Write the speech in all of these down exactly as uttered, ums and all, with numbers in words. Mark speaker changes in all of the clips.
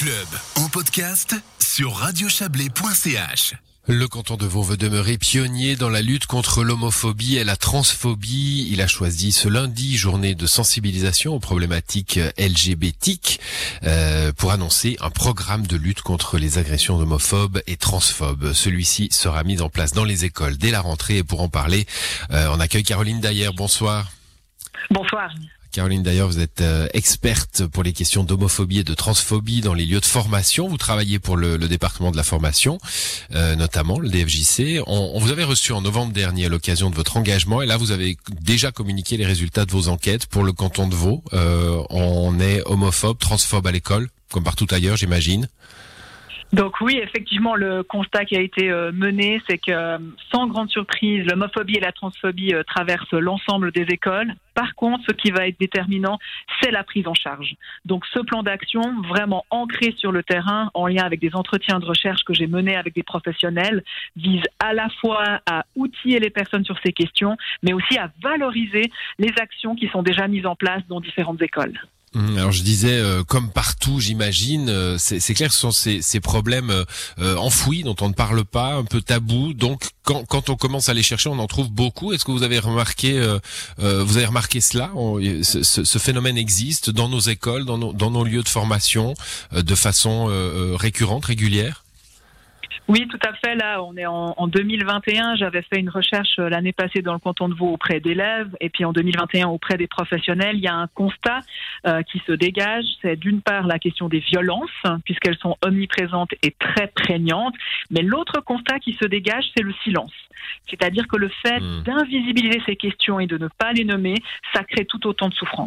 Speaker 1: club en podcast sur radio chablais point c h.
Speaker 2: Le canton de Vaud veut demeurer pionnier dans la lutte contre l'homophobie et la transphobie. Il a choisi ce lundi, journée de sensibilisation aux problématiques L G B T Q, euh, pour annoncer un programme de lutte contre les agressions homophobes et transphobes. Celui-ci sera mis en place dans les écoles dès la rentrée, et pour en parler, euh, on accueille Caroline Dayer. Bonsoir.
Speaker 3: Bonsoir.
Speaker 2: Caroline, d'ailleurs, vous êtes euh, experte pour les questions d'homophobie et de transphobie dans les lieux de formation. Vous travaillez pour le, le département de la formation, euh, notamment le D F J C. On, on vous avait reçu en novembre dernier à l'occasion de votre engagement, et là, vous avez déjà communiqué les résultats de vos enquêtes pour le canton de Vaud. Euh, on est homophobe, transphobe à l'école, comme partout ailleurs, j'imagine.
Speaker 3: Donc oui, effectivement, le constat qui a été euh, mené, c'est que, sans grande surprise, l'homophobie et la transphobie euh, traversent l'ensemble des écoles. Par contre, ce qui va être déterminant, c'est la prise en charge. Donc ce plan d'action, vraiment ancré sur le terrain, en lien avec des entretiens de recherche que j'ai menés avec des professionnels, vise à la fois à outiller les personnes sur ces questions, mais aussi à valoriser les actions qui sont déjà mises en place dans différentes écoles.
Speaker 2: Alors je disais, euh, comme partout, j'imagine, euh, c'est, c'est clair que ce sont ces, ces problèmes euh, enfouis dont on ne parle pas, un peu tabous. Donc quand, quand on commence à les chercher, on en trouve beaucoup. Est-ce que vous avez remarqué, euh, euh, vous avez remarqué cela on, ce, ce, ce phénomène existe dans nos écoles, dans nos, dans nos lieux de formation, euh, de façon euh, récurrente, régulière?
Speaker 3: Oui, tout à fait. Là, on est en, en deux mille vingt et un. J'avais fait une recherche l'année passée dans le canton de Vaud auprès d'élèves, et puis en deux mille vingt et un auprès des professionnels. Il y a un constat euh, qui se dégage. C'est d'une part la question des violences, puisqu'elles sont omniprésentes et très prégnantes. Mais l'autre constat qui se dégage, c'est le silence. C'est-à-dire que le fait mmh. d'invisibiliser ces questions et de ne pas les nommer, ça crée tout autant de souffrance.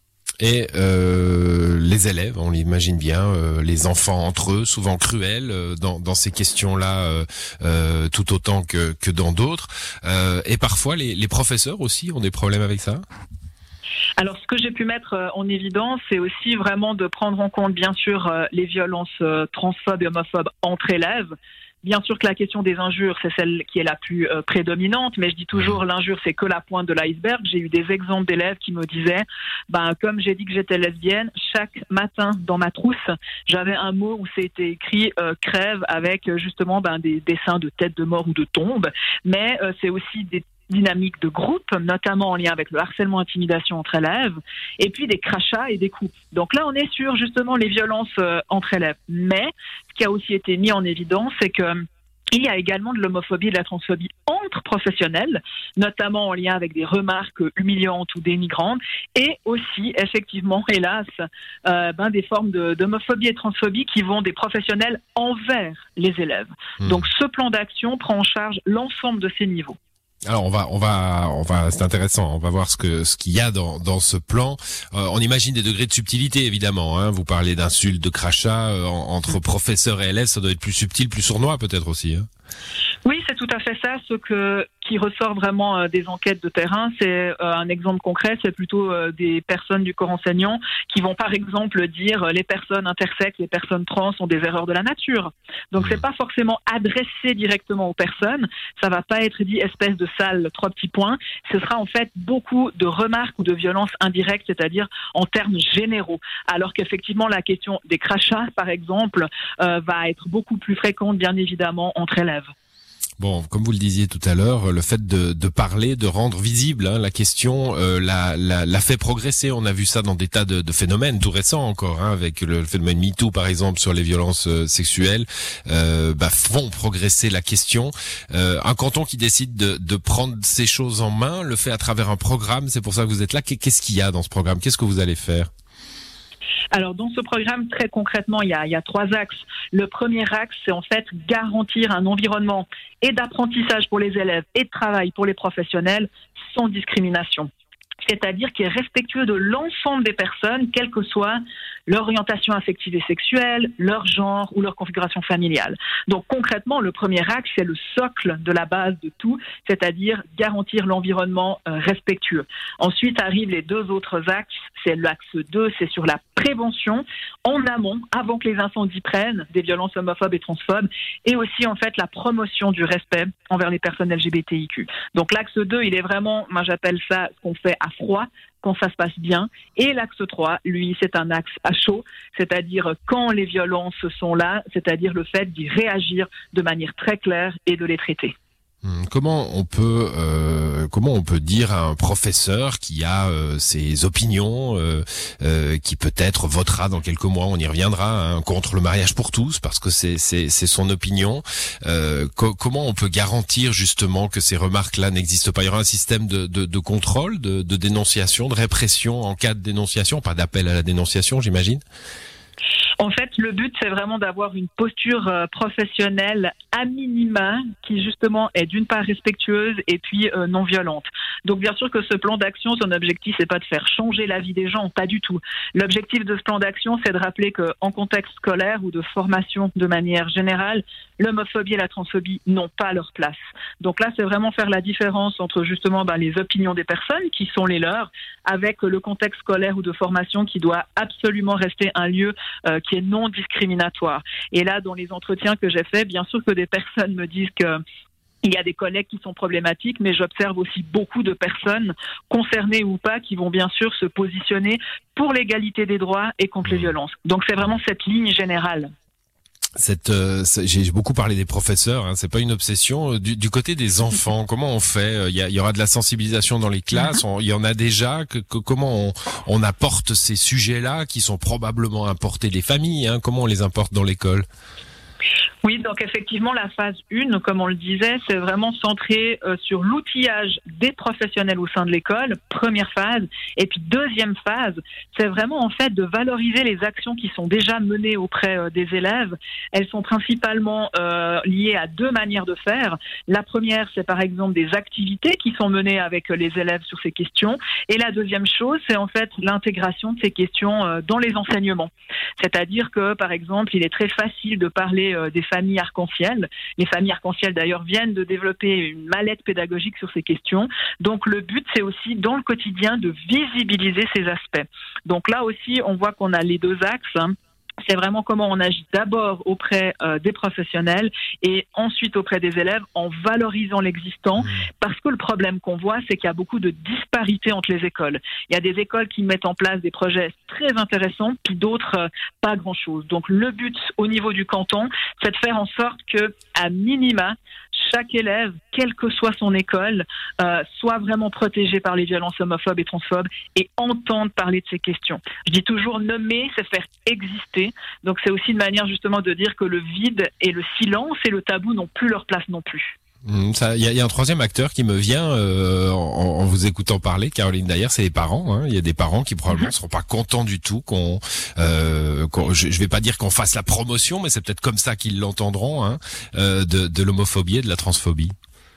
Speaker 2: Et euh, les élèves, on l'imagine bien, euh, les enfants entre eux, souvent cruels euh, dans, dans ces questions-là, euh, euh, tout autant que, que dans d'autres. Euh, et parfois, les, les professeurs aussi ont des problèmes avec ça.
Speaker 3: Alors, ce que j'ai pu mettre en évidence, c'est aussi vraiment de prendre en compte, bien sûr, les violences transphobes et homophobes entre élèves. Bien sûr que la question des injures, c'est celle qui est la plus euh, prédominante, mais je dis toujours l'injure, c'est que la pointe de l'iceberg. J'ai eu des exemples d'élèves qui me disaient, ben, comme j'ai dit que j'étais lesbienne, chaque matin dans ma trousse, j'avais un mot où c'était écrit euh, crève avec justement ben, des dessins de tête de mort ou de tombe, mais euh, c'est aussi des dynamique de groupe, notamment en lien avec le harcèlement, intimidation entre élèves, et puis des crachats et des coups. Donc là, on est sur justement les violences euh, entre élèves. Mais ce qui a aussi été mis en évidence, c'est que il y a également de l'homophobie et de la transphobie entre professionnels, notamment en lien avec des remarques humiliantes ou dénigrantes, et aussi, effectivement, hélas, euh, ben, des formes de, d'homophobie et de transphobie qui vont des professionnels envers les élèves. Mmh. Donc ce plan d'action prend en charge l'ensemble de ces niveaux.
Speaker 2: Alors on va, on va, on va, c'est intéressant. On va voir ce que ce qu'il y a dans dans ce plan. Euh, on imagine des degrés de subtilité évidemment. Hein. Vous parlez d'insultes, de crachats euh, entre professeurs et élèves, ça doit être plus subtil, plus sournois peut-être aussi. Hein.
Speaker 3: Oui, c'est tout à fait ça. Ce que qui ressort vraiment euh, des enquêtes de terrain, c'est euh, un exemple concret, c'est plutôt euh, des personnes du corps enseignant qui vont par exemple dire euh, les personnes intersexes, les personnes trans ont des erreurs de la nature. Donc mmh. c'est pas forcément adressé directement aux personnes, ça va pas être dit espèce de sale trois petits points, ce sera en fait beaucoup de remarques ou de violences indirectes, c'est-à-dire en termes généraux. Alors qu'effectivement la question des crachats par exemple euh, va être beaucoup plus fréquente bien évidemment entre élèves.
Speaker 2: Bon, comme vous le disiez tout à l'heure, le fait de, de parler, de rendre visible hein, la question, euh, la, la, la fait progresser. On a vu ça dans des tas de, de phénomènes, tout récents encore, hein, avec le, le phénomène MeToo par exemple sur les violences euh, sexuelles, euh, bah, font progresser la question. Euh, un canton qui décide de, de prendre ces choses en main, le fait à travers un programme. C'est pour ça que vous êtes là. Qu'est-ce qu'il y a dans ce programme? Qu'est-ce que vous allez faire?
Speaker 3: Alors, dans ce programme, très concrètement, il y a, il y a trois axes. Le premier axe, c'est en fait garantir un environnement et d'apprentissage pour les élèves et de travail pour les professionnels sans discrimination. C'est-à-dire qui est respectueux de l'ensemble des personnes, quelle que soit leur orientation affective et sexuelle, leur genre ou leur configuration familiale. Donc concrètement, le premier axe, c'est le socle de la base de tout, c'est-à-dire garantir l'environnement euh, respectueux. Ensuite arrivent les deux autres axes, c'est l'axe deux, c'est sur la prévention en amont, avant que les incendies prennent, des violences homophobes et transphobes, et aussi en fait la promotion du respect envers les personnes L G B T I Q. Donc l'axe deux, il est vraiment, moi j'appelle ça ce qu'on fait à froid quand ça se passe bien. Et l'axe trois, lui, c'est un axe à chaud, c'est-à-dire quand les violences sont là, c'est-à-dire le fait d'y réagir de manière très claire et de les traiter.
Speaker 2: Comment on peut euh, comment on peut dire à un professeur qui a euh, ses opinions, euh, euh, qui peut-être votera dans quelques mois, on y reviendra, hein, contre le mariage pour tous, parce que c'est c'est c'est son opinion. Euh, co- comment on peut garantir justement que ces remarques-là n'existent pas? Il y aura un système de de, de contrôle, de, de dénonciation, de répression en cas de dénonciation, pas d'appel à la dénonciation, j'imagine.
Speaker 3: En fait, le but, c'est vraiment d'avoir une posture euh, professionnelle à minima qui, justement, est d'une part respectueuse et puis euh, non violente. Donc, bien sûr que ce plan d'action, son objectif, c'est pas de faire changer la vie des gens, pas du tout. L'objectif de ce plan d'action, c'est de rappeler qu'en contexte scolaire ou de formation de manière générale, l'homophobie et la transphobie n'ont pas leur place. Donc là, c'est vraiment faire la différence entre, justement, bah, les opinions des personnes qui sont les leurs avec le contexte scolaire ou de formation qui doit absolument rester un lieu euh, qui est non discriminatoire. Et là, dans les entretiens que j'ai faits, bien sûr que des personnes me disent que il y a des collègues qui sont problématiques, mais j'observe aussi beaucoup de personnes concernées ou pas qui vont bien sûr se positionner pour l'égalité des droits et contre les violences. Donc c'est vraiment cette ligne générale.
Speaker 2: Cette, euh, j'ai beaucoup parlé des professeurs, hein, c'est pas une obsession. Du, du côté des enfants, comment on fait? Il y, a, il y aura de la sensibilisation dans les classes. On, il y en a déjà. Que, que, comment on, on apporte ces sujets-là qui sont probablement importés des familles, hein, comment on les importe dans l'école?
Speaker 3: Oui, donc effectivement, la phase un, comme on le disait, c'est vraiment centré euh, sur l'outillage des professionnels au sein de l'école, première phase. Et puis deuxième phase, c'est vraiment en fait de valoriser les actions qui sont déjà menées auprès euh, des élèves. Elles sont principalement euh, liées à deux manières de faire. La première, c'est par exemple des activités qui sont menées avec les élèves sur ces questions. Et la deuxième chose, c'est en fait l'intégration de ces questions euh, dans les enseignements. C'est-à-dire que, par exemple, il est très facile de parler euh, des familles arc-en-ciel. Les familles arc-en-ciel, d'ailleurs, viennent de développer une mallette pédagogique sur ces questions. Donc, le but, c'est aussi, dans le quotidien, de visibiliser ces aspects. Donc là aussi, on voit qu'on a les deux axes, hein. C'est vraiment comment on agit d'abord auprès euh, des professionnels et ensuite auprès des élèves en valorisant l'existant. Mmh. Parce que le problème qu'on voit, c'est qu'il y a beaucoup de disparités entre les écoles. Il y a des écoles qui mettent en place des projets très intéressants, puis d'autres euh, pas grand-chose. Donc le but au niveau du canton, c'est de faire en sorte que, à minima, chaque élève, quelle que soit son école, euh, soit vraiment protégé par les violences homophobes et transphobes et entende parler de ces questions. Je dis toujours nommer, c'est faire exister. Donc c'est aussi une manière justement de dire que le vide et le silence et le tabou n'ont plus leur place non plus.
Speaker 2: Il ça, y, a, y a un troisième acteur qui me vient euh, en, en vous écoutant parler, Caroline. D'ailleurs, c'est les parents. Il hein. y a des parents qui probablement ne seront pas contents du tout qu'on, euh, qu'on je, je vais pas dire qu'on fasse la promotion, mais c'est peut-être comme ça qu'ils l'entendront, hein, euh, de, de l'homophobie et de la transphobie.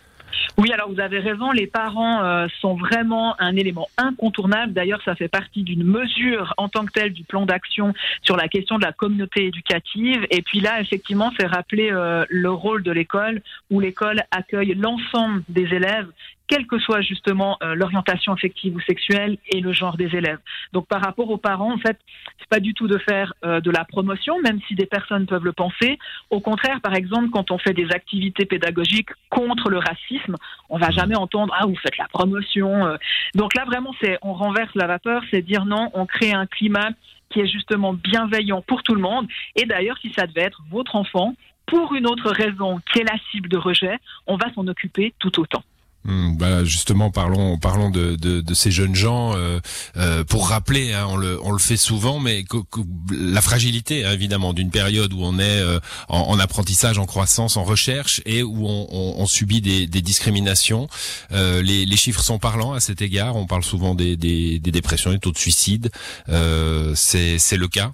Speaker 3: Oui, alors vous avez raison, les parents euh, sont vraiment un élément incontournable. D'ailleurs, ça fait partie d'une mesure en tant que telle du plan d'action sur la question de la communauté éducative. Et puis là, effectivement, c'est rappeler euh, le rôle de l'école, où l'école accueille l'ensemble des élèves, quelle que soit justement euh, l'orientation affective ou sexuelle et le genre des élèves. Donc par rapport aux parents, en fait, c'est pas du tout de faire euh, de la promotion, même si des personnes peuvent le penser. Au contraire, par exemple, quand on fait des activités pédagogiques contre le racisme, on va jamais entendre « Ah, vous faites la promotion euh. ». Donc là, vraiment, c'est on renverse la vapeur, c'est dire non, on crée un climat qui est justement bienveillant pour tout le monde. Et d'ailleurs, si ça devait être votre enfant, pour une autre raison qui est la cible de rejet, on va s'en occuper tout autant.
Speaker 2: Hum, bah justement, parlons parlons de de, de ces jeunes gens euh, euh, pour rappeler, hein, on le on le fait souvent, mais que, que la fragilité, hein, évidemment, d'une période où on est euh, en, en apprentissage, en croissance, en recherche et où on, on, on subit des, des discriminations. Euh, les, les chiffres sont parlants à cet égard. On parle souvent des des, des dépressions, des taux de suicide. Euh, c'est c'est le cas.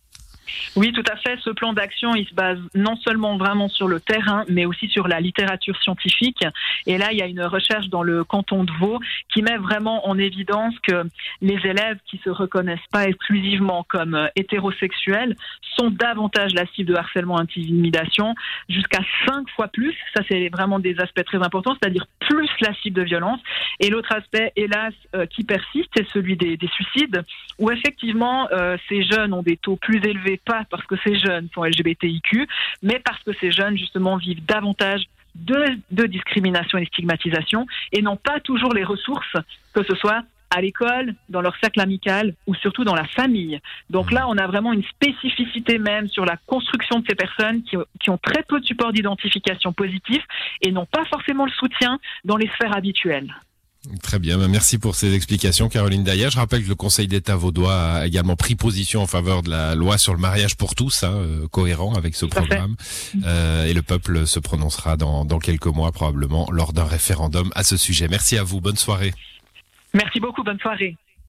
Speaker 3: Oui, tout à fait. Ce plan d'action, il se base non seulement vraiment sur le terrain, mais aussi sur la littérature scientifique. Et là, il y a une recherche dans le canton de Vaud qui met vraiment en évidence que les élèves qui se reconnaissent pas exclusivement comme hétérosexuels sont davantage la cible de harcèlement, intimidation, jusqu'à cinq fois plus. Ça, c'est vraiment des aspects très importants, c'est-à-dire plus la cible de violence. Et l'autre aspect, hélas, euh, qui persiste, c'est celui des, des suicides, où effectivement, euh, ces jeunes ont des taux plus élevés, pas parce que ces jeunes sont L G B T I Q, mais parce que ces jeunes, justement, vivent davantage de, de discrimination et de stigmatisation et n'ont pas toujours les ressources, que ce soit à l'école, dans leur cercle amical ou surtout dans la famille. Donc là, on a vraiment une spécificité même sur la construction de ces personnes qui, qui ont très peu de support d'identification positif et n'ont pas forcément le soutien dans les sphères habituelles.
Speaker 2: Très bien, merci pour ces explications Caroline Daillat. Je rappelle que le Conseil d'État vaudois a également pris position en faveur de la loi sur le mariage pour tous, hein, euh, cohérent avec ce programme. Euh, et le peuple se prononcera dans, dans quelques mois probablement lors d'un référendum à ce sujet. Merci à vous, bonne soirée.
Speaker 3: Merci beaucoup, bonne soirée.